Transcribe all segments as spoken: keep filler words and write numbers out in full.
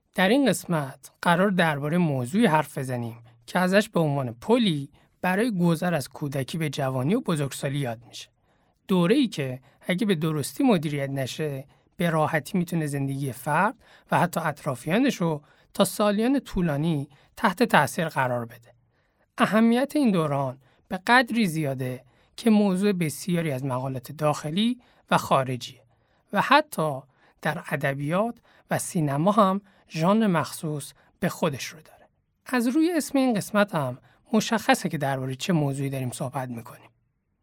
در این قسمت قرار درباره موضوعی حرف بزنیم که ازش به عنوان پلی برای گذر از کودکی به جوانی و بزرگسالی یاد میشه. دوره‌ای که اگه به درستی مدیریت نشه، به راحتی میتونه زندگی فرد و حتی اطرافیانش رو تا سالیان طولانی تحت تأثیر قرار بده. اهمیت این دوران به قدری زیاده که موضوع بسیاری از مقالات داخلی و خارجیه و حتی در ادبیات و سینما هم ژانر مخصوص به خودش رو داره. از روی اسم این قسمت هم مشخصه که درباره چه موضوعی داریم صحبت میکنیم.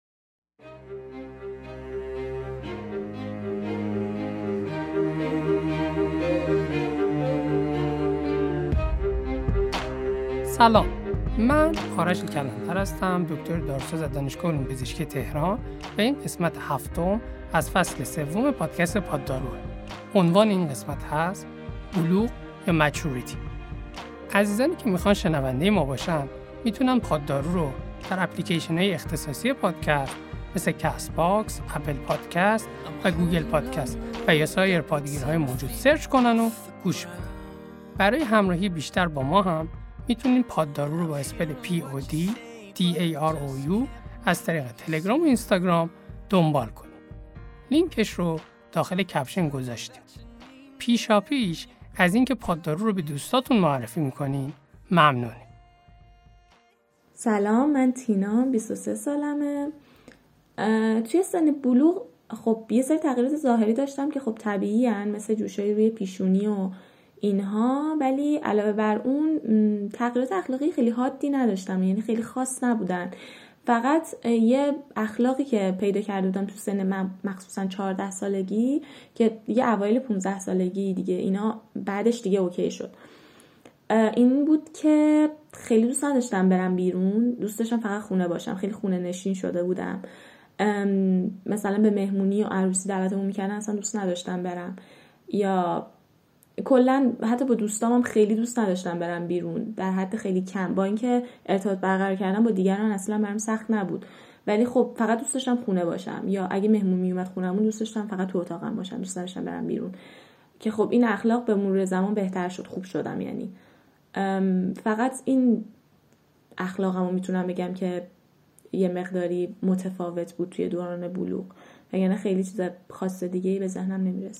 سلام، من آرش کلانتر هستم، دکتر داروساز از دانشگاه علوم پزشکی تهران و این قسمت هفتم از فصل سوم پادکست پادداروه. عنوان این قسمت هست بلوغ یا مچوریتی. عزیزانی که میخوان شنونده ما باشن میتونن پاددارو رو در اپلیکیشن های اختصاصی پادکست مثل کست باکس، اپل پادکست و گوگل پادکست و یا سایر پادگیرهای موجود سرچ کنن و گوش بدن. برای همراهی بیشتر با ما هم میتونین پاددارو رو با اسپل پی او دی دی ای آر او یو از طریق تلگرام و اینستاگرام دنبال کنید. لینکش رو داخل کپشن گذاشتیم. پیشا پیش از اینکه پاددارو رو به دوستاتون معرفی میکنین ممنونیم. سلام، من تینا، بیست و سه سالمه. توی سن بلوغ خب یه سری تغییرات ظاهری داشتم که خب طبیعی هن، مثل جوشای روی پیشونی و اینها، ولی علاوه بر اون تغییرات اخلاقی خیلی حادی نداشتم، یعنی خیلی خاص نبودن. فقط یه اخلاقی که پیدا کرده بودم تو سن من، مخصوصا چهارده سالگی که یه اوایل پانزده سالگی دیگه اینا، بعدش دیگه اوکی شد. این بود که خیلی دوست نداشتم برم بیرون، دوست داشتم فقط خونه باشم. خیلی خونه نشین شده بودم. مثلا به مهمونی و عروسی دعوتمون میکردن، اصلا دوست نداشتم برم. یا کلا حتی با دوستامم خیلی دوست نداشتم برم بیرون، در حد خیلی کم، با اینکه ارتباط برقرار کردن با دیگران اصلا برام سخت نبود، ولی خب فقط دوست داشتم خونه باشم. یا اگه مهمون میومد خونمون، دوست داشتم فقط تو اتاقم باشم، دوست داشتم برم بیرون. که خب این اخلاق به مرور زمان بهتر شد، خوب شدم. یعنی فقط این اخلاقمو میتونم بگم که یه مقداری متفاوت بود توی دوران بلوغ، یعنی خیلی چیز خاص دیگه‌ای به ذهنم نمیرسه.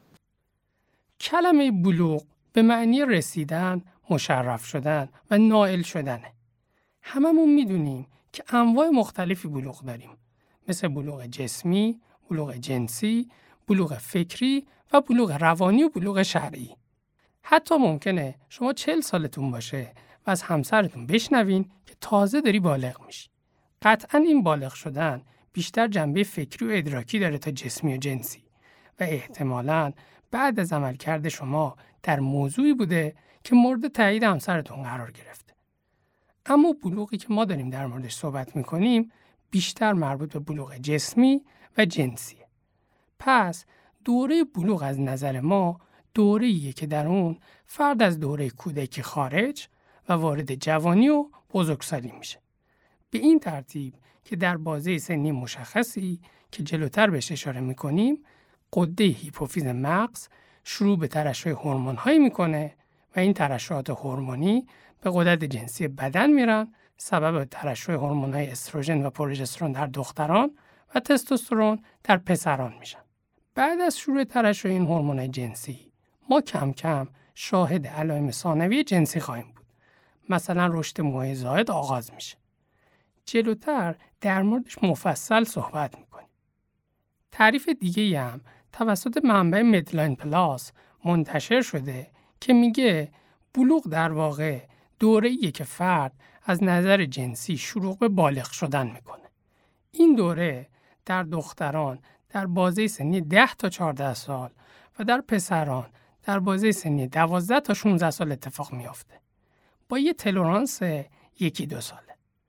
کلمه بلوغ به معنی رسیدن، مشرف شدن و نائل شدنه. هممون میدونیم که انواع مختلفی بلوغ داریم، مثل بلوغ جسمی، بلوغ جنسی، بلوغ فکری و بلوغ روانی و بلوغ شرعی. حتی ممکنه شما چهل سالتون باشه و از همسرتون بشنوین که تازه داری بالغ میشی. قطعاً این بالغ شدن بیشتر جنبه فکری و ادراکی داره تا جسمی و جنسی و احتمالاً بعد از عملکرد شما در موضوعی بوده که مورد تایید همسرتون قرار گرفته. اما بلوغی که ما داریم در موردش صحبت میکنیم بیشتر مربوط به بلوغ جسمی و جنسیه. پس دوره بلوغ از نظر ما دوره‌ایه که در اون فرد از دوره کودکی خارج و وارد جوانی و بزرگسالی میشه. به این ترتیب که در بازه سنی مشخصی که جلوتر بهش اشاره میکنیم، غده هیپوفیز مغز شروع به ترشح هورمون‌هایی میکنه و این ترشحات هورمونی به غدد جنسی بدن میرن، سبب ترشح هورمون‌های استروژن و پروژسترون در دختران و تستوسترون در پسران میشن. بعد از شروع ترشح این هورمون‌های جنسی، ما کم کم شاهد علائم ثانوی جنسی خواهیم بود. مثلا رشد موهای زائد آغاز میشه. جلوتر در موردش مفصل صحبت میکنیم. تعریف دیگه‌ای هم توسط منبع مدلاین پلاس منتشر شده که میگه بلوغ در واقع دوره‌ایه که فرد از نظر جنسی شروع به بالغ شدن میکنه. این دوره در دختران در بازه سنی ده تا چهارده سال و در پسران در بازه سنی دوازده تا شانزده سال اتفاق میافته، با یه تلرانس یکی دو ساله.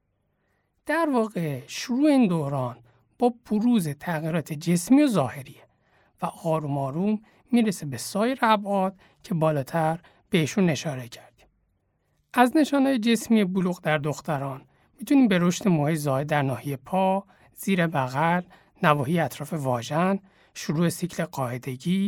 در واقع شروع این دوران با بروز تغییرات جسمی و ظاهریه و آروم آروم میرسه به سایر ابعاد که بالاتر بهشون اشاره کردیم. از نشانهای جسمی بلوغ در دختران میتونیم به رشد موهای زائد در ناحیه پا، زیر بغل، نواحی اطراف واژن، شروع سیکل قاعدگی،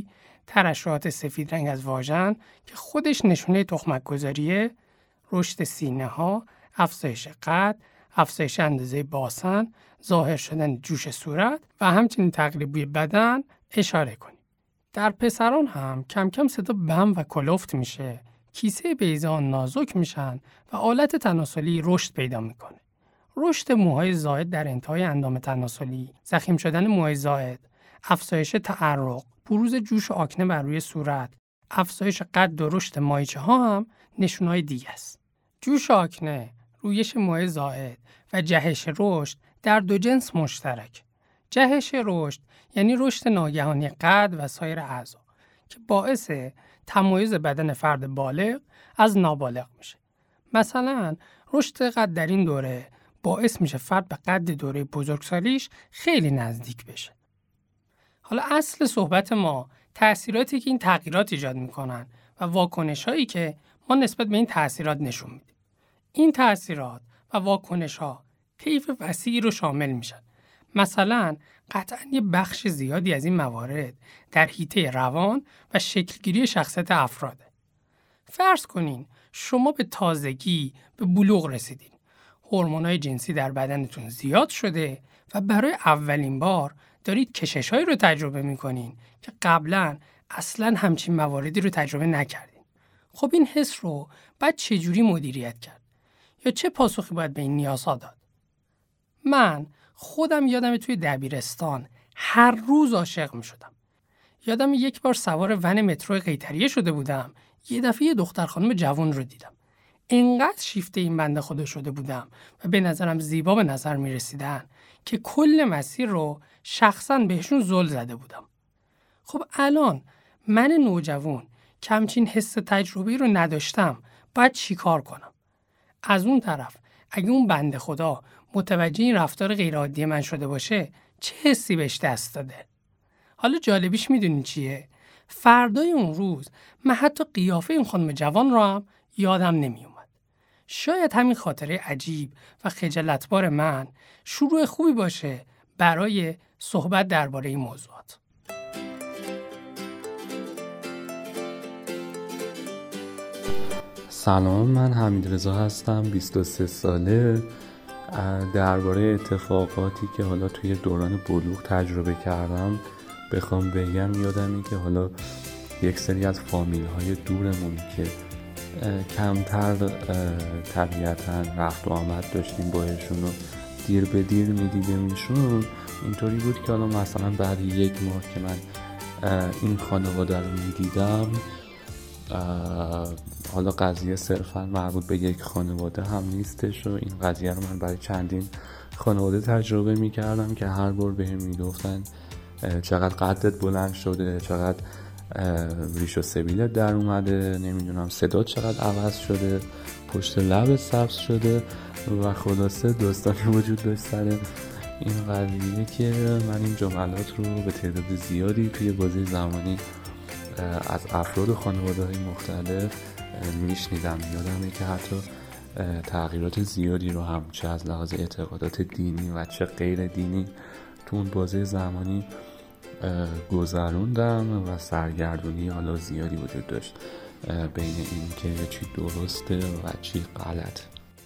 ترشحات سفید رنگ از واژن که خودش نشونه تخمک گذاریه، رشد سینه ها، افزایش قد، افزایش اندازه باسن، ظاهر شدن جوش صورت و همچنین تقریب بوی بدن اشاره کنید. در پسران هم کم کم صدا بم و کلفت میشه، کیسه بیضه ها نازک میشن و آلت تناسلی رشد پیدا میکنه. رشد موهای زائد در انتهای اندام تناسلی، ضخیم شدن موهای زائد، افزایش تعرق، بروز جوش و آکنه بر روی صورت، افزایش قد و رشد مایچه ها هم نشونهای دیگه است. جوش و آکنه، رویش موهای زائد و جهش رشد در دو جنس مشترک. جهش رشد یعنی رشد ناگهانی قد و سایر اعضا که باعث تمایز بدن فرد بالغ از نابالغ میشه. مثلا رشد قد در این دوره باعث میشه فرد به قد دوره بزرگسالیش خیلی نزدیک بشه. حالا اصل صحبت ما تأثیراتی که این تغییرات ایجاد میکنن و واکنش‌هایی که ما نسبت به این تأثیرات نشون میدیم. این تأثیرات و واکنش‌ها طیف وسیعی رو شامل میشن. مثلا قطعاً یه بخش زیادی از این موارد در حیطه روان و شکلگیری شخصیت افراده. فرض کنین شما به تازگی به بلوغ رسیدین. هورمون‌های جنسی در بدنتون زیاد شده و برای اولین بار دارید کشش‌هایی رو تجربه می‌کنین که قبلاً اصلاً همچین مواردی رو تجربه نکردین. خب این حس رو باید چجوری مدیریت کرد؟ یا چه پاسخی باید به این نیازها داد؟ من خودم یادم توی دبیرستان هر روز عاشق می‌شدم. یادم یک بار سوار ون مترو قیطریه شده بودم، یه دفعه یه دختر خانم جوان رو دیدم. اینقدر شیفته این بنده خدا شده بودم و به نظرم زیبا به نظر می رسیدن که کل مسیر رو شخصاً بهشون زل زده بودم. خب الان من نوجوان که همچین حس تجربی رو نداشتم باید چی کار کنم؟ از اون طرف اگه اون بنده خدا متوجه این رفتار غیرعادی من شده باشه چه حسی بهش دست داده؟ حالا جالبیش میدونین چیه؟ فردای اون روز من حتی قیافه این خانم جوان رو هم یادم نمی اومد. شاید همین خاطره عجیب و خجالتبار من شروع خوبی باشه برای صحبت درباره این موضوعات. سلام، من حمیدرضا هستم، بیست و سه ساله. درباره اتفاقاتی که حالا توی دوران بلوغ تجربه کردم بخوام بگم، یادمه که حالا یک سری از فامیل‌های دورمون که کمتر طبیعتاً رفت و آمد داشتیم باهاشون و دیر به دیر میدیدیمشون، اینطوری بود که حالا مثلا بعد یک ماه که من این خانواده رو میدیدم، حالا قضیه صرفاً مربوط به یک خانواده هم نیستش و این قضیه رو من برای چندین خانواده تجربه میکردم که هر بار بهم میگفتن چقدر قدت بلند شده، چقدر ریش و سبیلت در اومده، نمیدونم صدات چقدر عوض شده، پشت لبت سبز شده و خلاصه داستانی وجود داشت سر این قضیه که من این جملات رو به تعداد زیادی توی بازه زمانی از افراد و خانواده‌های مختلف میشنیدم. یادمه که حتی تغییرات زیادی رو هم چه از لحاظ اعتقادات دینی و چه غیر دینی تو اون بازه زمانی گذروندم و سرگردونی حالا زیادی وجود داشت بین این که چی درسته و چی غلط.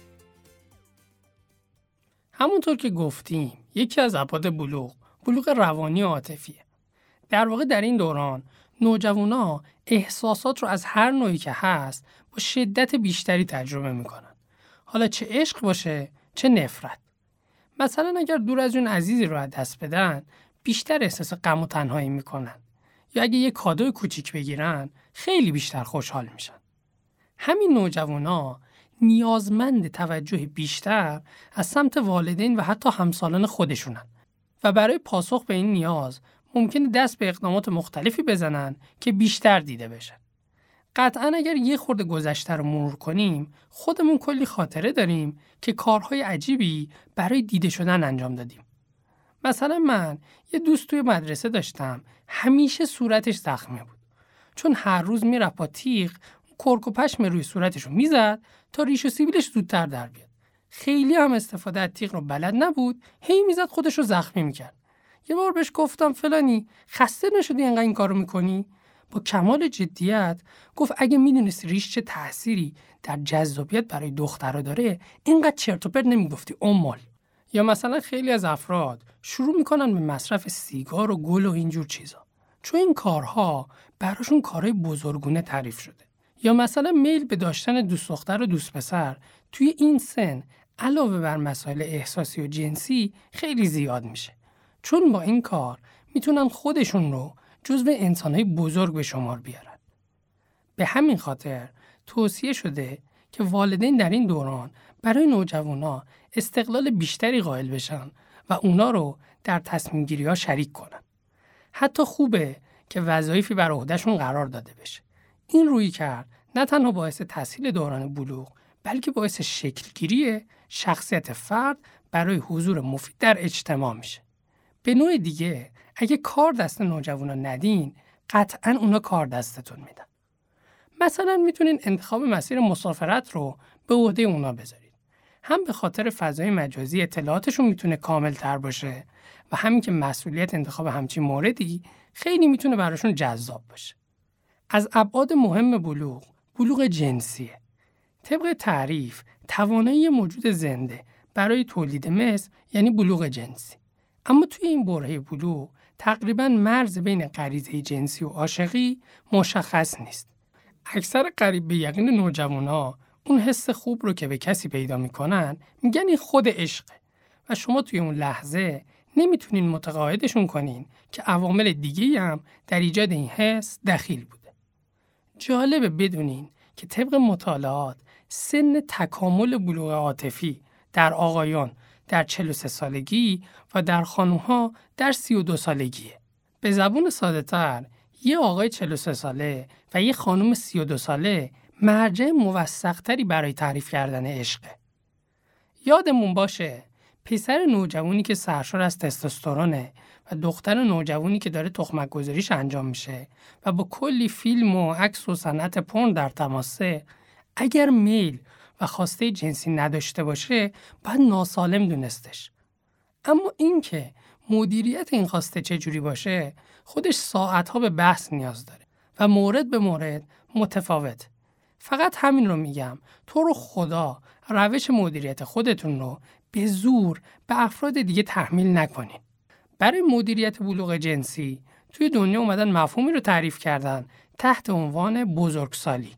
همونطور که گفتیم یکی از ابعاد بلوغ بلوغ روانی و عاطفیه. در واقع در این دوران نوجوانا احساسات رو از هر نوعی که هست با شدت بیشتری تجربه میکنن. حالا چه عشق باشه چه نفرت. مثلا اگر دور از اون عزیزی رو از دست بدن بیشتر احساس غم و تنهایی میکنن، یا اگه یه کادوی کوچیک بگیرن خیلی بیشتر خوشحال میشن. همین نوجوانا نیازمند توجه بیشتر از سمت والدین و حتی همسالان خودشونن و برای پاسخ به این نیاز ممکنه دست به اقدامات مختلفی بزنن که بیشتر دیده بشن. قطعاً اگر یه خورده گذشته رو مرور کنیم خودمون کلی خاطره داریم که کارهای عجیبی برای دیده شدن انجام دادیم. مثلا من یه دوست توی مدرسه داشتم، همیشه صورتش زخمی بود، چون هر روز میرفت با تیغ کرک و پشم روی صورتش رو میزد تا ریش و سیبیلش زودتر در بیاد. خیلی هم استفاده از تیغ رو بلد نبود، هی میزد خودش رو زخمی میکرد. یه بار بهش گفتم فلانی خسته نشدی اینقدر این کارو میکنی؟ با کمال جدیت گفت اگه میدونستی ریش چه تأثیری در جذابیت برای دخترها داره اینقدر چرت و پرت نمیگفتی امال. یا مثلا خیلی از افراد شروع میکنن به مصرف سیگار و گل و اینجور چیزا چون این کارها براشون کارهای بزرگونه تعریف شده. یا مثلا میل به داشتن دوست دختر و دوست پسر توی این سن علاوه بر مسائل احساسی و جنسی خیلی زیاد میشه چون با این کار میتونن خودشون رو جزو انسانهای بزرگ به شمار بیارن. به همین خاطر توصیه شده که والدین در این دوران برای نوجوانا استقلال بیشتری قائل بشن و اونا رو در تصمیم گیری ها شریک کنن. حتی خوبه که وظایفی بر عهدهشون قرار داده بشه. این رویکرد نه تنها باعث تسهیل دوران بلوغ بلکه باعث شکلگیری شخصیت فرد برای حضور مفید در اجتماع میشه. به نوع دیگه اگه کار دست نوجوانا ندین قطعاً اونا کار دستتون میدن. مثلا میتونین انتخاب مسیر مسافرت رو به عهده اونا بذارید. هم به خاطر فضای مجازی اطلاعاتشون میتونه کامل تر باشه و همین که مسئولیت انتخاب همچین موردی خیلی میتونه براشون جذاب باشه. از ابعاد مهم بلوغ، بلوغ جنسیه. طبق تعریف توانایی موجود زنده برای تولید مثل یعنی بلوغ جنسی. اما توی این برهه بلوغ تقریباً مرز بین غریزه جنسی و عاشقی مشخص نیست. اکثر قریب به یقین نوجوانا اون حس خوب رو که به کسی پیدا میکنن میگن این خود عشقه و شما توی اون لحظه نمیتونین متقاعدشون کنین که عوامل دیگه‌ای هم در ایجاد این حس دخیل بوده. جالبه بدونین که طبق مطالعات سن تکامل بلوغ عاطفی در آقایان در چهل و سه سالگی و در خانوم‌ها در سی و دو سالگیه. به زبون ساده‌تر یه آقای چهل و سه ساله و یه خانم سی و دو ساله مرجع موثق‌تری برای تعریف کردن عشقه. یادمون باشه پسر نوجوانی که سرشار از تستوسترونه و دختر نوجوانی که داره تخمک گذاریش انجام میشه و با کلی فیلم و عکس و صنعت پورن در تماسه اگر میل و خواسته جنسی نداشته باشه باید ناسالم دونستش. اما اینکه مدیریت این خواسته چجوری باشه خودش ساعتها به بحث نیاز داره و مورد به مورد متفاوت. فقط همین رو میگم تو رو خدا روش مدیریت خودتون رو به زور به افراد دیگه تحمیل نکنین. برای مدیریت بلوغ جنسی توی دنیا اومدن مفهومی رو تعریف کردن تحت عنوان بزرگسالی.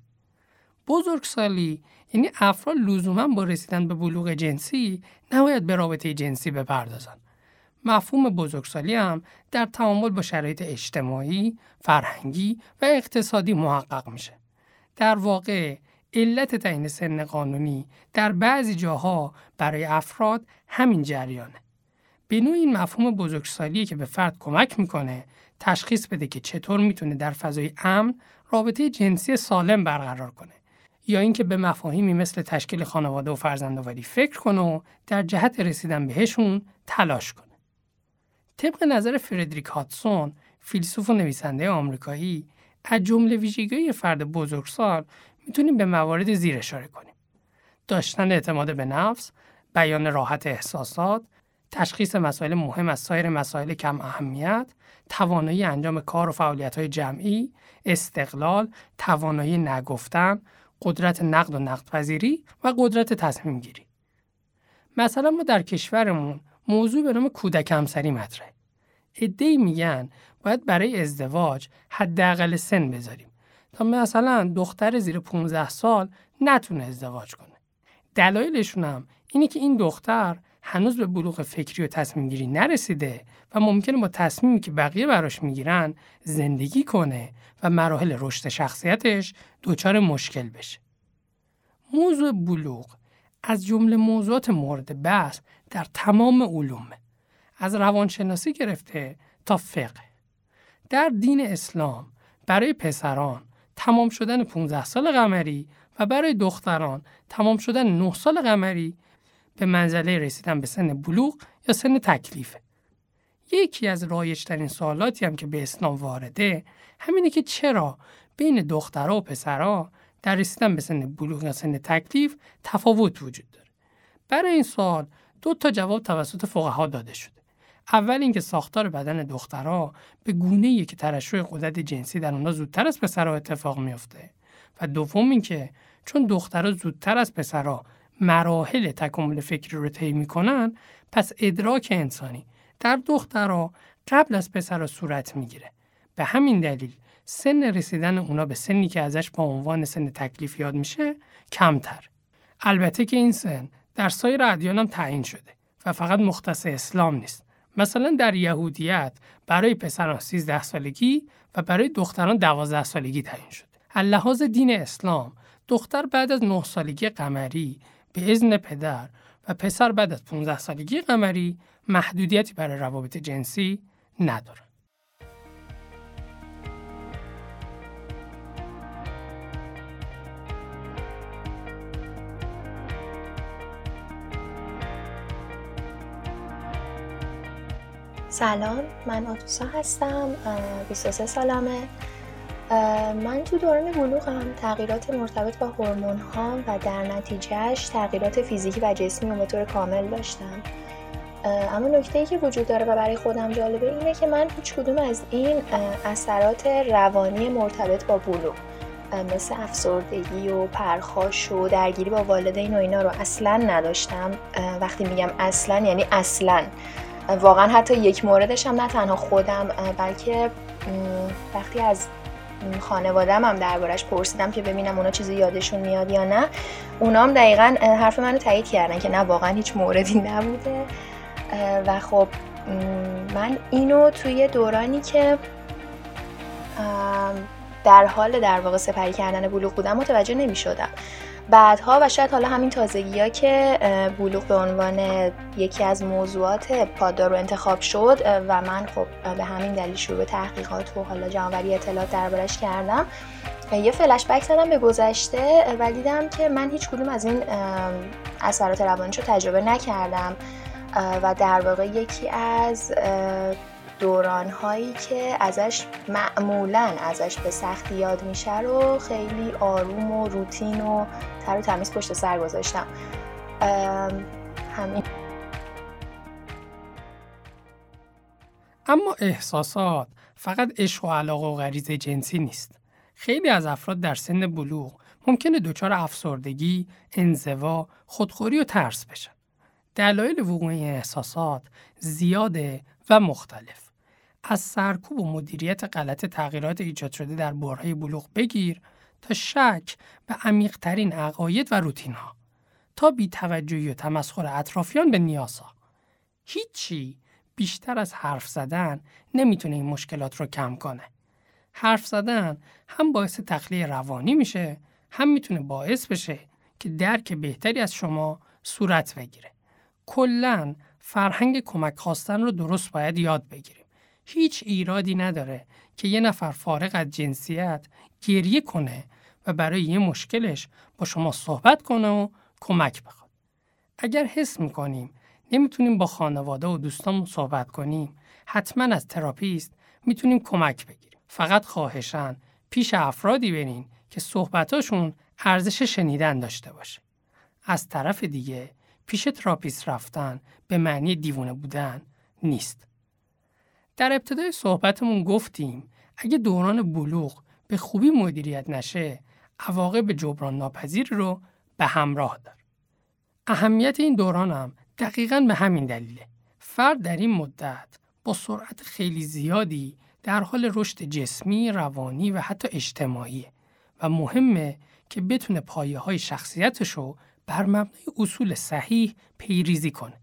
بزرگسالی یعنی افراد لزوما با رسیدن به بلوغ جنسی نباید به رابطه جنسی بپردازن. مفهوم بزرگسالی هم در تعامل با شرایط اجتماعی، فرهنگی و اقتصادی محقق میشه. در واقع علت تعیین سن قانونی در بعضی جاها برای افراد همین جریانه. به نوع این مفهوم بزرگسالیه که به فرد کمک میکنه تشخیص بده که چطور میتونه در فضای امن رابطه جنسی سالم برقرار کنه یا اینکه به مفاهیمی مثل تشکیل خانواده و فرزندآوری فکر کنه و در جهت رسیدن بهشون تلاش کنه. طبق نظر فردریک هاتسون، فیلسوف و نویسنده آمریکایی، از جمله ویژگی‌های فرد بزرگسال میتونیم به موارد زیر اشاره کنیم: داشتن اعتماد به نفس، بیان راحت احساسات، تشخیص مسائل مهم از سایر مسائل کم اهمیت، توانایی انجام کار و فعالیت‌های جمعی، استقلال، توانایی نگفتن، قدرت نقد و نقدپذیری و قدرت تصمیم گیری. مثلا ما در کشورمون موضوع به نام کودک همسری مطرحه. عده‌ای میگن باید برای ازدواج حداقل سن بذاریم تا مثلا دختر زیر پانزده سال نتونه ازدواج کنه. دلایلشون هم اینه که این دختر هنوز به بلوغ فکری و تصمیم گیری نرسیده و ممکنه با تصمیمی که بقیه براش میگیرن زندگی کنه و مراحل رشد شخصیتش دچار مشکل بشه. موضوع بلوغ از جمله موضوعات مورد بحث در تمام علومه، از روانشناسی گرفته تا فقه. در دین اسلام برای پسران تمام شدن پانزده سال قمری و برای دختران تمام شدن نه سال قمری به منزله رسیدن به سن بلوغ یا سن تکلیفه. یکی از رایج‌ترین سوالاتی هم که به اسلام وارده همینه که چرا بین دخترها و پسرها در رسیدن به سن بلوغ یا سن تکلیف تفاوت وجود داره. برای این سوال دو تا جواب توسط فقها داده شده. اول اینکه ساختار بدن دخترها به گونه‌ایه که ترشح غدد جنسی در اونها زودتر از پسرها اتفاق میفته و دوم اینکه چون دخترها زودتر از پسرها مراحل تکامل فکری رو طی میکنن، پس ادراک انسانی در دخترها قبل از پسرها صورت میگیره. به همین دلیل سن رسیدن اونا به سنی که ازش با عنوان سن تکلیف یاد میشه کمتر. البته که این سن در سایر ادیان هم تعیین شده و فقط مختص اسلام نیست. مثلا در یهودیت برای پسران سیزده سالگی و برای دختران دوازده سالگی تعیین شده. از لحاظ دین اسلام دختر بعد از نه سالگی قمری به اذن پدر و پسر بعد از پانزده سالگی قمری محدودیتی برای روابط جنسی نداره. سلام، من آتوسا هستم، بیست و سه سالمه. من تو دوران بلوغم تغییرات مرتبط با هورمون ها و در نتیجهش تغییرات فیزیکی و جسمی رو به طور کامل داشتم. اما نکته‌ای که وجود داره و برای خودم جالبه اینه که من هیچ کدوم از این اثرات روانی مرتبط با بلوغ مثل افسردگی و پرخاش و درگیری با والدین و اینا رو اصلا نداشتم. وقتی میگم اصلا یعنی اصلا، واقعا حتی یک موردش هم نه تنها خودم بلکه وقتی از خانواده‌ام هم دربارش پرسیدم که ببینم اونا چیزی یادشون میاد یا نه، اونا هم دقیقاً حرف منو تایید کردن که نه واقعا هیچ موردی نبوده. و خب من اینو توی دورانی که در حال در واقع سپری کردن بلوغ بودم متوجه نمی شدم. بعدها و شاید حالا همین تازگی ها که بلوغ به عنوان یکی از موضوعات پاددار رو انتخاب شد و من خب به همین دلیل شروع به تحقیقات و حالا جمع‌آوری اطلاعات دربارش کردم، یه فلش بک زدم به گذشته و دیدم که من هیچ کدوم از این اثرات روانیشو تجربه نکردم و در واقع یکی از دوران‌هایی که ازش معمولاً ازش به سختی یاد میشه رو خیلی آروم و روتین و تر و تمیز پشت سر گذاشتم. همین. اما احساسات فقط عشق و علاقه و غریزه جنسی نیست. خیلی از افراد در سن بلوغ ممکنه دچار افسردگی، انزوا، خودخوری و ترس بشن. دلایل وقوع این احساسات زیاده و مختلف. از سرکوب و مدیریت غلط تغییرات ایجاد شده در برهه بلوغ بگیر تا شک به عمیق‌ترین عقاید و روتین‌ها، تا بی‌توجهی و تمسخر اطرافیان به نیازها. هیچی بیشتر از حرف زدن نمیتونه این مشکلات رو کم کنه. حرف زدن هم باعث تخلیه روانی میشه، هم میتونه باعث بشه که درک بهتری از شما صورت بگیره. کلاً فرهنگ کمک خواستن رو درست باید یاد بگیریم. هیچ ایرادی نداره که یه نفر فارغ از جنسیت گریه کنه و برای یه مشکلش با شما صحبت کنه و کمک بخواد. اگر حس میکنیم نمیتونیم با خانواده و دوستامون صحبت کنیم، حتما از تراپیست میتونیم کمک بگیریم. فقط خواهشاً پیش افرادی برین که صحبتاشون ارزش شنیدن داشته باشه. از طرف دیگه پیش تراپیست رفتن به معنی دیوانه بودن نیست. در ابتدای صحبتمون گفتیم اگه دوران بلوغ به خوبی مدیریت نشه، عواقب جبران ناپذیر رو به همراه داره. اهمیت این دوران هم دقیقاً به همین دلیله. فرد در این مدت با سرعت خیلی زیادی در حال رشد جسمی، روانی و حتی اجتماعیه و مهمه که بتونه پایه‌های شخصیتشو بر مبنای اصول صحیح پیریزی کنه.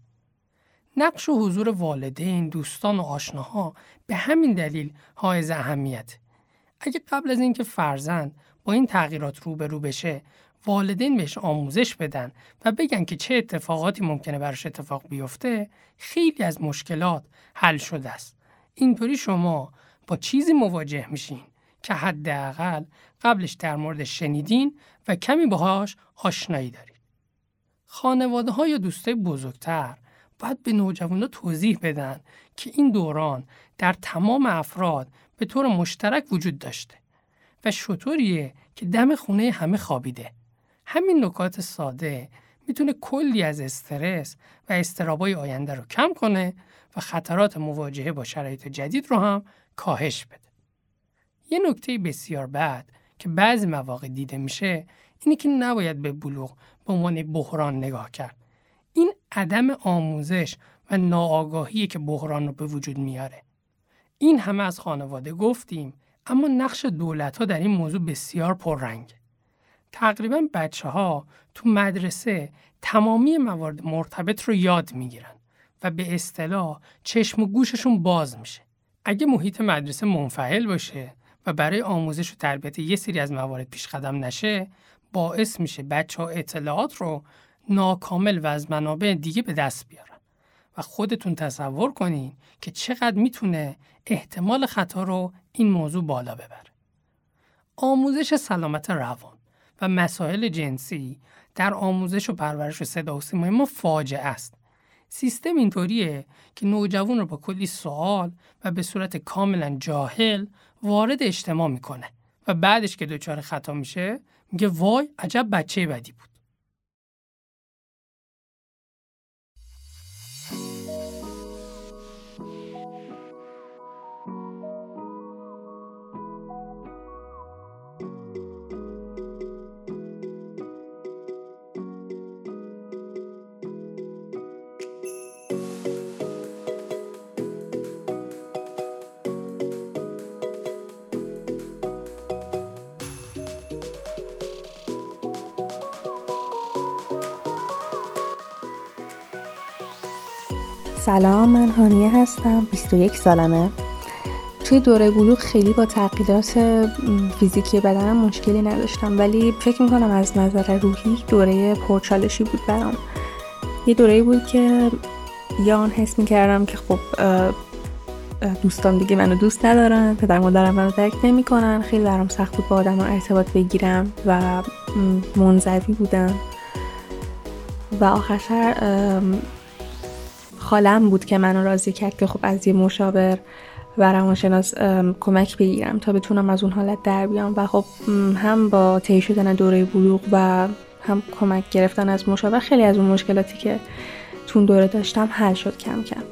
نقش و حضور والدین، دوستان و آشناها به همین دلیل حائز اهمیت. اگه قبل از اینکه فرزند با این تغییرات روبرو بشه، والدین بهش آموزش بدن و بگن که چه اتفاقاتی ممکنه براش اتفاق بیفته، خیلی از مشکلات حل شده است. اینطوری شما با چیزی مواجه میشین که حداقل قبلش در موردش شنیدین و کمی باهاش آشنایی دارید. خانواده‌ها یا دوستای بزرگتر باید به نوجوانا توضیح بدن که این دوران در تمام افراد به طور مشترک وجود داشته و شطوریه که دم خونه همه خوابیده. همین نکات ساده میتونه کلی از استرس و اضطرابای آینده رو کم کنه و خطرات مواجهه با شرایط جدید رو هم کاهش بده. یه نکته بسیار بد که بعضی مواقع دیده میشه اینه که نباید به بلوغ به عنوان بحران نگاه کرد. این عدم آموزش و ناآگاهی که بحران رو به وجود میاره. این همه از خانواده گفتیم، اما نقش دولت‌ها در این موضوع بسیار پررنگه. تقریباً بچه‌ها تو مدرسه تمامی موارد مرتبط رو یاد میگیرن و به اصطلاح چشم و گوششون باز میشه. اگه محیط مدرسه منفعل باشه و برای آموزش و تربیت یه سری از موارد پیش قدم نشه، باعث میشه بچه‌ها اطلاعات رو ناکامل و از منابع دیگه به دست بیارن. و خودتون تصور کنین که چقدر میتونه احتمال خطا رو این موضوع بالا ببره. آموزش سلامت روان و مسائل جنسی در آموزش و پرورش و صدا و سیمای ما فاجعه است. سیستم اینطوریه که نوجوان رو با کلی سوال و به صورت کاملا جاهل وارد اجتماع میکنه و بعدش که دچار خطا میشه میگه وای عجب بچه بدی بود. سلام، من هانیه هستم، بیست و یک سالمه. توی دوره بلوغ خیلی با تغییرات فیزیکی بدنم مشکلی نداشتم، ولی فکر میکنم از نظر روحی دوره پرچالشی بود برام. یه دوره بود که یا آن حس میکردم که خب دوستان دیگه منو دوست ندارن، پدر مادرم منو درک نمیکنن، خیلی برام سخت بود با آدم ها ارتباط بگیرم و منزوی بودم. و آخر سر خالم بود که منو راضی کرد که خب از یه مشاور و روانشناس کمک بگیرم تا بتونم از اون حالت در بیام. و خب هم با طی شدن دوره بلوغ و هم کمک گرفتن از مشاور خیلی از اون مشکلاتی که تو اون دوره داشتم حل شد کم کم.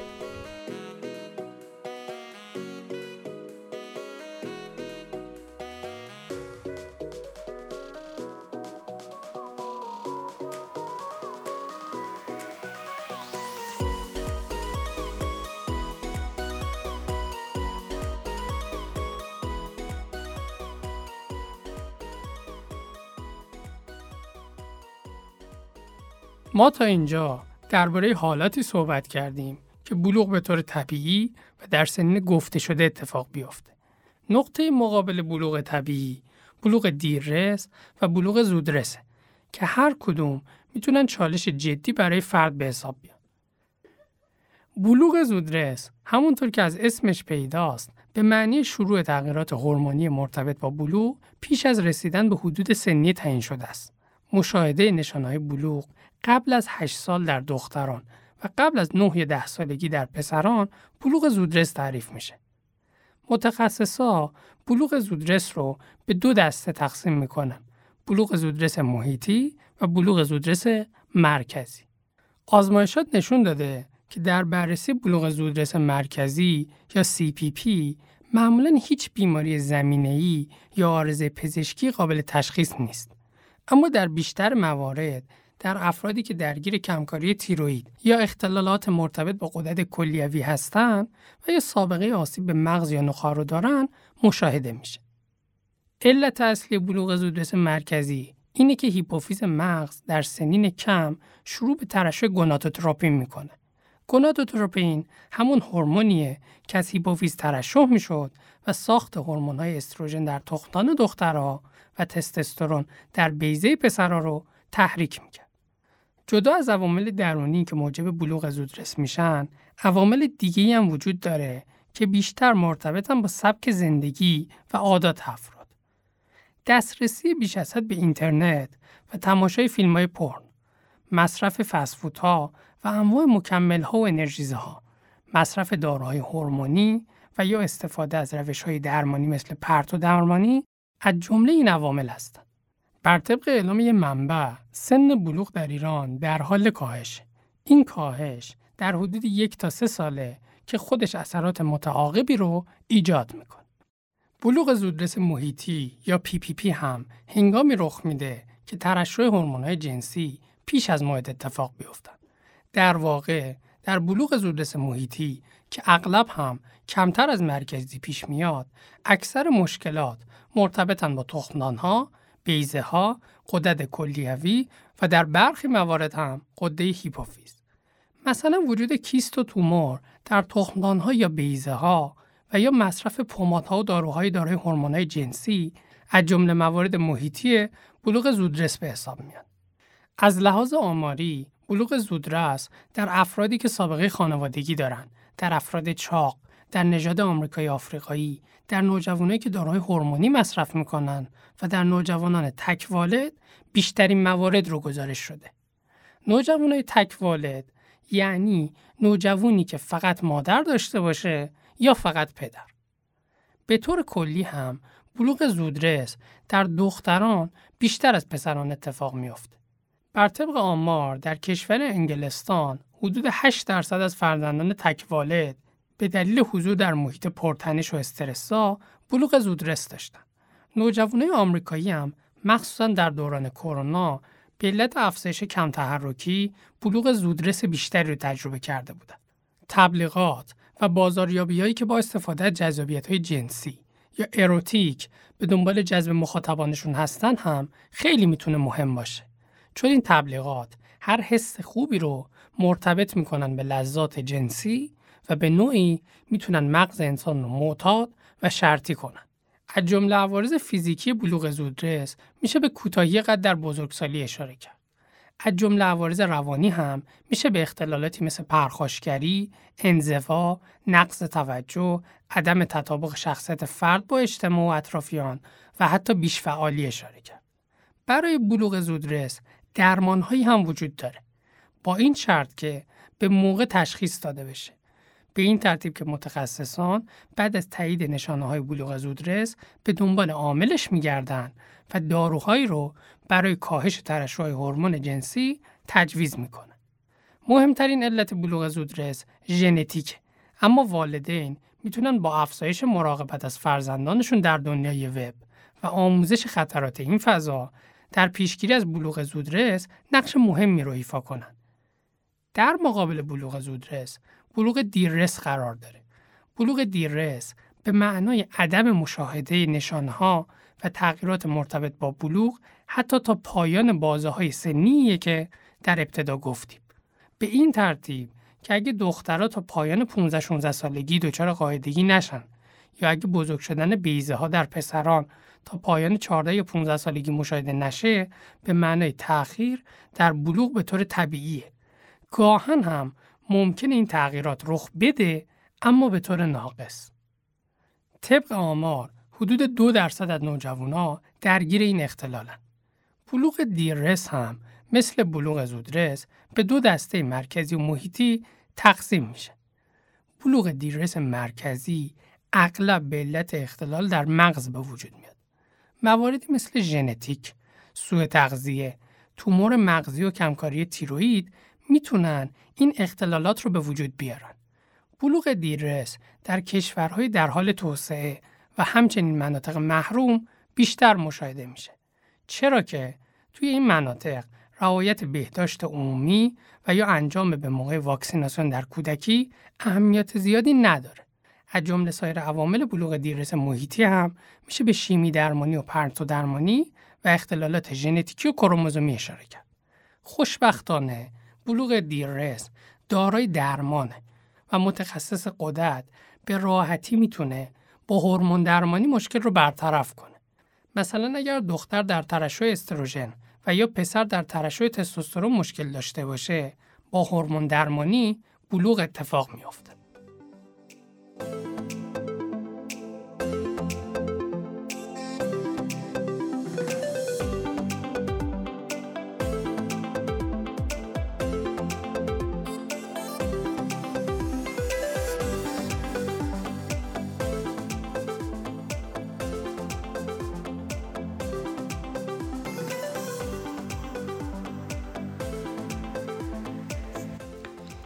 ما تا اینجا درباره حالاتی صحبت کردیم که بلوغ به طور طبیعی و در سنین گفته شده اتفاق بیفته. نقطه مقابل بلوغ طبیعی، بلوغ دیررس و بلوغ زودرسه که هر کدوم میتونن چالش جدی برای فرد به حساب بیان. بلوغ زودرس همونطور که از اسمش پیداست به معنی شروع تغییرات هورمونی مرتبط با بلوغ پیش از رسیدن به حدود سنی تعیین شده است. مشاهده نشانه‌های بلوغ قبل از هشت سال در دختران و قبل از نه یا ده سالگی در پسران بلوغ زودرس تعریف میشه. متخصصا بلوغ زودرس رو به دو دسته تقسیم میکنن: بلوغ زودرس محیطی و بلوغ زودرس مرکزی. آزمایشات نشون داده که در بررسی بلوغ زودرس مرکزی یا سی پی پی معمولاً هیچ بیماری زمینه‌ای یا عارضه پزشکی قابل تشخیص نیست. اما در بیشتر موارد در افرادی که درگیر کمکاری تیروئید یا اختلالات مرتبط با غدد کلیوی هستند و یا سابقه آسیب به مغز یا نخاع رو دارن مشاهده میشه. علت اصلی بلوغ زودرس مرکزی اینه که هیپوفیز مغز در سنین کم شروع به ترشح گونادوتروپین میکنه. گونادوتروپین همون هورمونیه که از هیپوفیز ترشح میشد و ساخت هورمون‌های استروژن در تخمدان دخترها و تستوسترون در بیضه پسرها رو تحریک میکرد. جدا از عوامل درونی که موجب بلوغ زودرس میشن، عوامل دیگه‌ای هم وجود داره که بیشتر مرتبطن با سبک زندگی و عادات افراد. دسترسی بیش از حد به اینترنت و تماشای فیلم‌های پورن، مصرف فست‌فودها و انواع مکمل‌ها و انرژیزها، مصرف داروهای هورمونی و یا استفاده از روش‌های درمانی مثل پرتو درمانی از جمله این عوامل هستند. بر طبق اعلام یه منبع، سن بلوغ در ایران در حال کاهش. این کاهش در حدود یک تا سه ساله که خودش اثرات متعاقبی رو ایجاد میکنه. بلوغ زودرس محیطی یا پی پی پی هم هنگامی رخ میده که ترشح هورمون‌های جنسی پیش از موعد اتفاق بیفتن. در واقع در بلوغ زودرس محیطی که اغلب هم کمتر از مرکزی پیش میاد، اکثر مشکلات مرتبطن با تخمدان‌ها، بیضه‌ها، غدد کلیوی و در برخی موارد هم غده هیپوفیز. مثلا وجود کیست و تومور در تخمدان‌ها یا بیضه‌ها و یا مصرف پمادها و داروهای دارای هورمون‌های جنسی از جمله موارد محیطی بلوغ زودرس به حساب میاد. از لحاظ آماری، بلوغ زودرس در افرادی که سابقه خانوادگی دارن، در افراد چاق، در نژاد آمریکایی آفریقایی، در نوجوانانی که داروهای هورمونی مصرف میکنن و در نوجوانان تک والد بیشترین موارد رو گزارش شده. نوجوانای تک والد یعنی نوجوانی که فقط مادر داشته باشه یا فقط پدر. به طور کلی هم بلوغ زودرس در دختران بیشتر از پسران اتفاق میفته. بر طبق آمار در کشور انگلستان حدود هشت درصد از فرزندان تک والد به دلیل حضور در محیط پرتنش و استرسا بلوغ زودرس داشتن. نوجوانای آمریکایی هم مخصوصا در دوران کرونا به علت افزایش کم تحرکی بلوغ زودرس بیشتری رو تجربه کرده بودند. تبلیغات و بازاریابی‌هایی که با استفاده از جذابیت‌های جنسی یا اروتیک به دنبال جذب مخاطبانشون هستن هم خیلی میتونه مهم باشه. چون این تبلیغات هر حس خوبی رو مرتبط میکنن به لذات جنسی و به نوعی میتونن مغز انسان رو معتاد و شرطی کنن. از جمله عوارض فیزیکی بلوغ زودرس میشه به کوتاهی قد در بزرگسالی اشاره کرد. از جمله عوارض روانی هم میشه به اختلالاتی مثل پرخاشگری، انزوا، نقص توجه، عدم تطابق شخصیت فرد با اجتماع و اطرافیان و حتی بیش‌فعالی اشاره کرد. برای بلوغ زودرس درمان‌هایی هم وجود داره. با این شرط که به موقع تشخیص داده بشه. به این ترتیب که متخصصان بعد از تایید نشانه‌های بلوغ زودرس به دنبال عاملش می‌گردن و داروهایی رو برای کاهش ترشح هورمون جنسی تجویز میکنن. مهمترین علت بلوغ زودرس ژنتیک، اما والدین میتونن با افزایش مراقبت از فرزندانشون در دنیای وب و آموزش خطرات این فضا در پیشگیری از بلوغ زودرس نقش مهمی رو ایفا کنن. در مقابل بلوغ زودرس، بلوغ دیررس قرار داره. بلوغ دیررس به معنای عدم مشاهده نشانها و تغییرات مرتبط با بلوغ حتی تا پایان بازه‌های سنیه که در ابتدا گفتیم. به این ترتیب که اگه دخترها تا پایان پانزده شانزده سالگی دچار قاعدگی نشن یا اگه بزرگ شدن بیضه‌ها در پسران تا پایان چهارده یا پانزده سالگی مشاهده نشه، به معنای تأخیر در بلوغ به طور طبیعیه. گاهن هم ممکنه این تغییرات رخ بده اما به طور ناقص. طبق آمار حدود دو درصد از نوجوان‌ها درگیر این اختلالن. بلوغ دیررس هم مثل بلوغ زودرس به دو دسته مرکزی و محیطی تقسیم میشه. بلوغ دیررس مرکزی اغلب به علت اختلال در مغز به وجود میاد. مواردی مثل ژنتیک، سوء تغذیه، تومور مغزی و کمکاری تیروئید میتونن این اختلالات رو به وجود بیارن. بلوغ دیررس در کشورهای در حال توسعه و همچنین مناطق محروم بیشتر مشاهده میشه. چرا که توی این مناطق رعایت بهداشت عمومی و یا انجام به موقع واکسیناسیون در کودکی اهمیت زیادی نداره. از جمله سایر عوامل بلوغ دیررس محیطی هم میشه به شیمی درمانی و پرتو درمانی و اختلالات ژنتیکی و کروموزومی اشاره کرد. خوشبختانه بلوغ دیررس دارای درمانه و متخصص غدد به راحتی میتونه با هورمون درمانی مشکل رو برطرف کنه. مثلا اگر دختر در ترشح استروژن و یا پسر در ترشح تستوسترون مشکل داشته باشه، با هورمون درمانی بلوغ اتفاق میفته.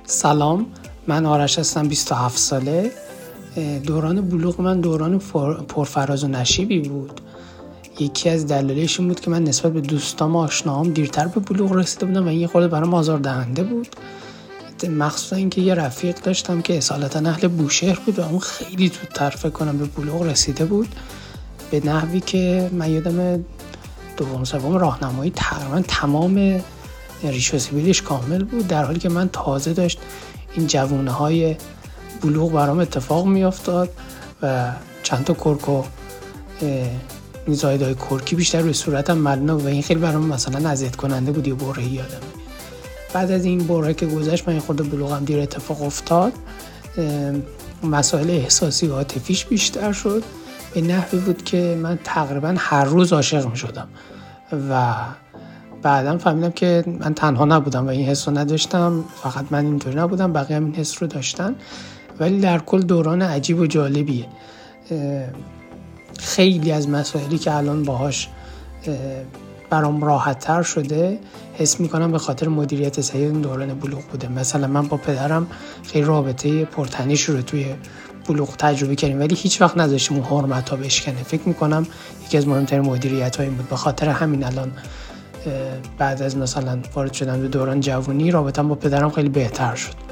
سلام، من آرش هستم، بیست و هفت ساله. دوران بلوغ من دوران پرفراز و نشیبی بود. یکی از دلایلش این بود که من نسبت به دوستام و آشناهام دیرتر به بلوغ رسیده بودم و این خورده برام آزاردهنده بود. مخصوصا اینکه یه رفیق داشتم که اصالتا اهل بوشهر بود و اون خیلی زودتر فکر کنم به بلوغ رسیده بود، به نحوی که من یادم دوم سوم راهنمایی تقریبا تمام ریش و سیبیلش کامل بود، در حالی که من تازه داشت این جوونه های بلوغ برام اتفاق می افتاد و چند تا کرک و زایدهای کرکی بیشتر به صورتم معلومه و این خیلی برام مثلا اذیت کننده بود. یه برهی یادم. بعد از این بره که گذشت، من این خورده بلوغم دیر اتفاق افتاد، مسائل احساسی و عاطفیش بیشتر شد، به نحوی بود که من تقریبا هر روز عاشق می شدم و بعدم فهمیدم که من تنها نبودم و این حس رو نداشتم، فقط من اینطوری نبودم، بقیه هم این حس رو داشتن. ولی در کل دوران عجیب و جالبیه. خیلی از مسائلی که الان باهاش برام راحت تر شده حس میکنم به خاطر مدیریت صحیح این دوران بلوغ بوده. مثلا من با پدرم خیلی رابطه پرتنش رو توی بلوغ تجربه کردیم، ولی هیچ وقت نذاشتیم اون حرمت‌ها بشکنه. فکر میکنم یکی از مهمترین مدیریت‌ها این بود. به خاطر همین الان بعد از مثلا وارد شدن به دوران جوانی، رابطه‌ام با پدرم خیلی بهتر شد.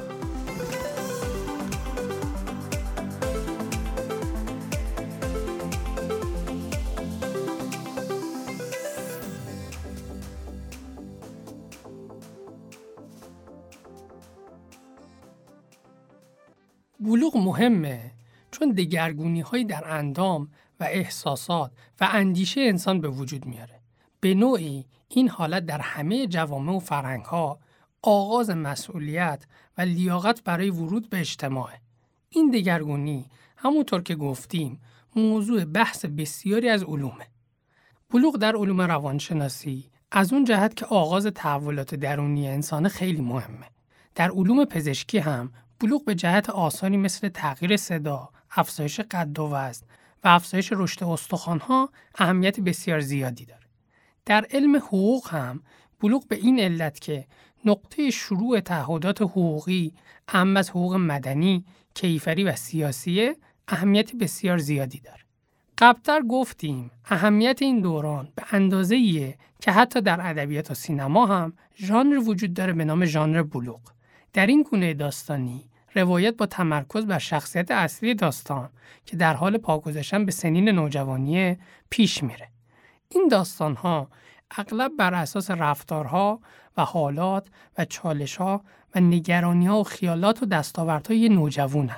بلوغ مهمه چون دگرگونی‌هایی در اندام و احساسات و اندیشه انسان به وجود میاره. به نوعی این حالت در همه جوامع و فرهنگ‌ها آغاز مسئولیت و لیاقت برای ورود به اجتماعه. این دگرگونی همونطور که گفتیم موضوع بحث بسیاری از علومه. بلوغ در علوم روانشناسی از اون جهت که آغاز تحولات درونی انسان خیلی مهمه. در علوم پزشکی هم بلوغ به جهت آثاری مثل تغییر صدا، افزایش قد و وزن و افزایش رشد استخوان‌ها اهمیت بسیار زیادی داره. در علم حقوق هم بلوغ به این علت که نقطه شروع تعهدات حقوقی اهم از حقوق مدنی، کیفری و سیاسی اهمیت بسیار زیادی داره. قبلتر گفتیم اهمیت این دوران به اندازه‌ایه که حتی در ادبیات و سینما هم ژانر وجود داره به نام ژانر بلوغ. در این گونه داستانی روایت با تمرکز بر شخصیت اصلی داستان که در حال پاگذاشتن به سنین نوجوانی پیش میره. این داستان‌ها اغلب بر اساس رفتارها و حالات و چالش‌ها و نگرانی‌ها و خیالات و دستاوردهای نوجوانن.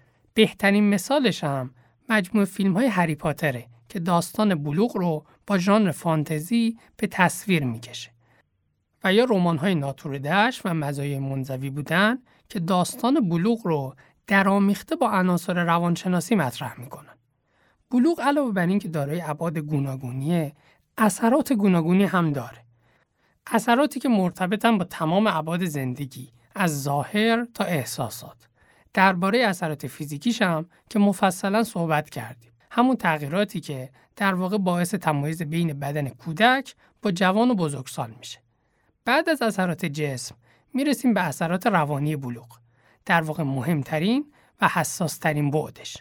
بهترین مثالش هم مجموعه فیلم‌های هری پاتره که داستان بلوغ رو با ژانر فانتزی به تصویر میکشه. و یا رمان‌های ناتورده‌اش و مزایای منزوی بودن که داستان بلوغ رو درآمیخته با عناصر روانشناسی مطرح میکنن. بلوغ علاوه بر این که دارای ابعاد گوناگونیه، اثرات گوناگونی هم داره. اثراتی که مرتبطن با تمام ابعاد زندگی، از ظاهر تا احساسات. درباره اثرات فیزیکیش هم که مفصلا صحبت کردیم. همون تغییراتی که در واقع باعث تمایز بین بدن کودک با جوان و بزرگسال میشه. بعد از اثرات جسم میرسیم به اثرات روانی بلوغ، در واقع مهمترین و حساسترین بعدش.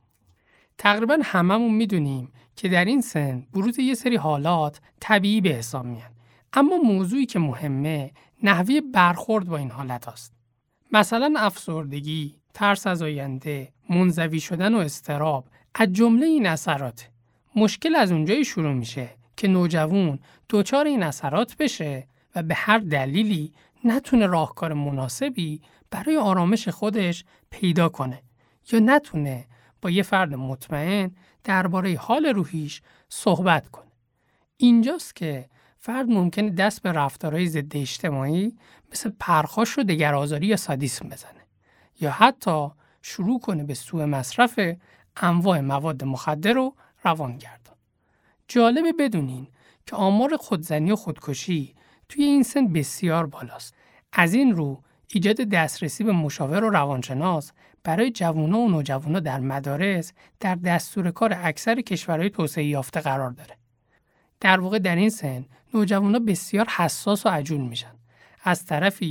تقریبا هممون میدونیم که در این سن بروز یه سری حالات طبیعی به حساب میان، اما موضوعی که مهمه نحوه برخورد با این حالت هست. مثلا افسردگی، ترس از آینده، منزوی شدن و اضطراب از جمله این اثرات. مشکل از اونجایی شروع میشه که نوجوان دچار این اثرات بشه و به هر دلیلی نتونه راهکار مناسبی برای آرامش خودش پیدا کنه یا نتونه با یه فرد مطمئن درباره حال روحیش صحبت کنه. اینجاست که فرد ممکنه دست به رفتارهای ضد اجتماعی مثل پرخاش و دگرآزاری یا سادیسم بزنه یا حتی شروع کنه به سوء مصرف انواع مواد مخدر و روانگردان. جالبه بدونین که آمار خودزنی و خودکشی توی این سن بسیار بالاست. از این رو ایجاد دسترسی به مشاور و روانشناس برای جوونا و نوجوانا در مدارس در دستور کار اکثر کشورهای توسعه یافته قرار داره. در واقع در این سن نوجوانا بسیار حساس و عجول میشن. از طرفی به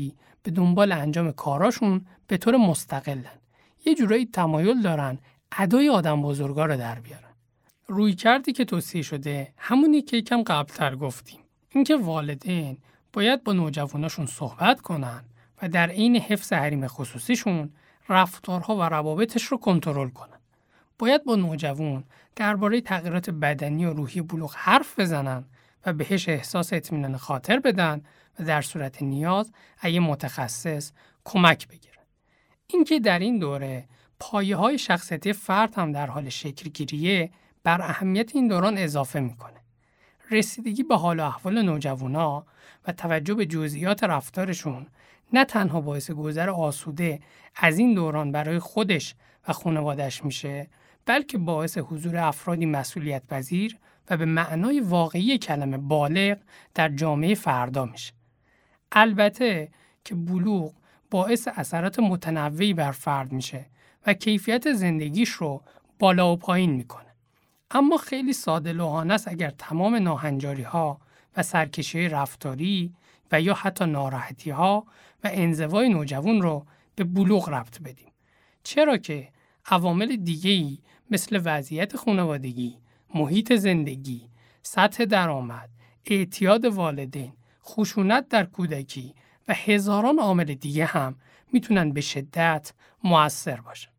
به دنبال انجام کاراشون به طور مستقلن. یه جورایی تمایل دارن ادای آدم بزرگا رو در بیارن. روی کردی که توصیه شده همونی که یکم قبلتر گفتیم. اینکه والدین باید با نوجواناشون صحبت کنن و در عین حفظ حریم خصوصیشون رفتارها و روابطش رو کنترل کنن. باید با نوجوان درباره تغییرات بدنی و روحی بلوغ حرف بزنن و بهش احساس اطمینان خاطر بدن و در صورت نیاز اگه متخصص کمک بگیرن. اینکه در این دوره پایه‌های شخصیتی فرد هم در حال شکل گیریه بر اهمیت این دوران اضافه میکنه. رسیدگی به حال و احوال نوجوانا و توجه به جزئیات رفتارشون نه تنها باعث گذر آسوده از این دوران برای خودش و خانواده‌اش میشه، بلکه باعث حضور افرادی مسئولیت پذیر و به معنای واقعی کلمه بالغ در جامعه فردا میشه. البته که بلوغ باعث اثرات متنوعی بر فرد میشه و کیفیت زندگیش رو بالا و پایین میکنه. اما خیلی ساده لوحانه است اگر تمام ناهنجاری‌ها و سرکشی‌های رفتاری و یا حتی ناراحتی‌ها و انزوای نوجوان رو به بلوغ ربط بدیم. چرا که عوامل دیگه‌ای مثل وضعیت خانوادگی، محیط زندگی، سطح درآمد، اعتیاد والدین، خشونت در کودکی و هزاران عامل دیگه هم میتونن به شدت مؤثر باشن.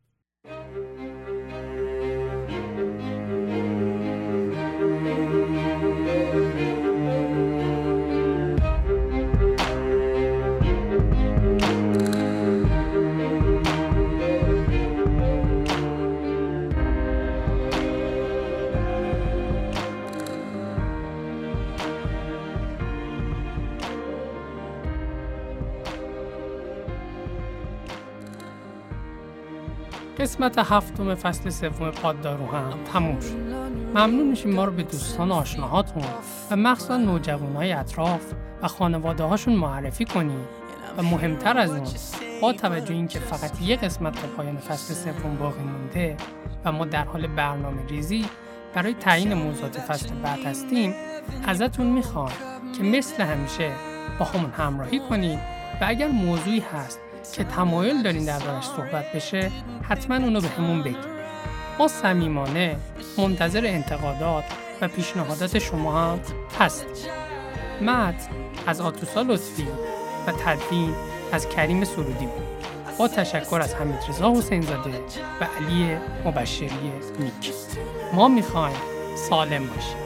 قسمت هفتم فصل سوم پاددارو هم تموم شد. ممنون میشیم ما رو به دوستان و آشناهاتون و مخصوصا نوجوانای اطراف و خانواده هاشون معرفی کنید و مهمتر از اون با توجه اینکه فقط یک قسمت تا پایان فصل سوم باقی مونده و ما در حال برنامه ریزی برای تعیین موضوعات فصل بعد هستیم، ازتون میخوام که مثل همیشه با همون همراهی کنید و اگر موضوعی هست که تمایل دارین دربارش صحبت بشه حتما اونو به همون بگید. ما صمیمانه منتظر انتقادات و پیشنهادات شما هم هستیم. متن از آتوسا لطفی و تدوین از کریم سرودی بود. با تشکر از حمیدرضا حسین زاده و علی مبشری نیک. ما میخوایم سالم باشیم.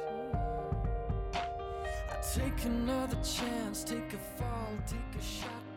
Take another chance, take a fall, take a shot.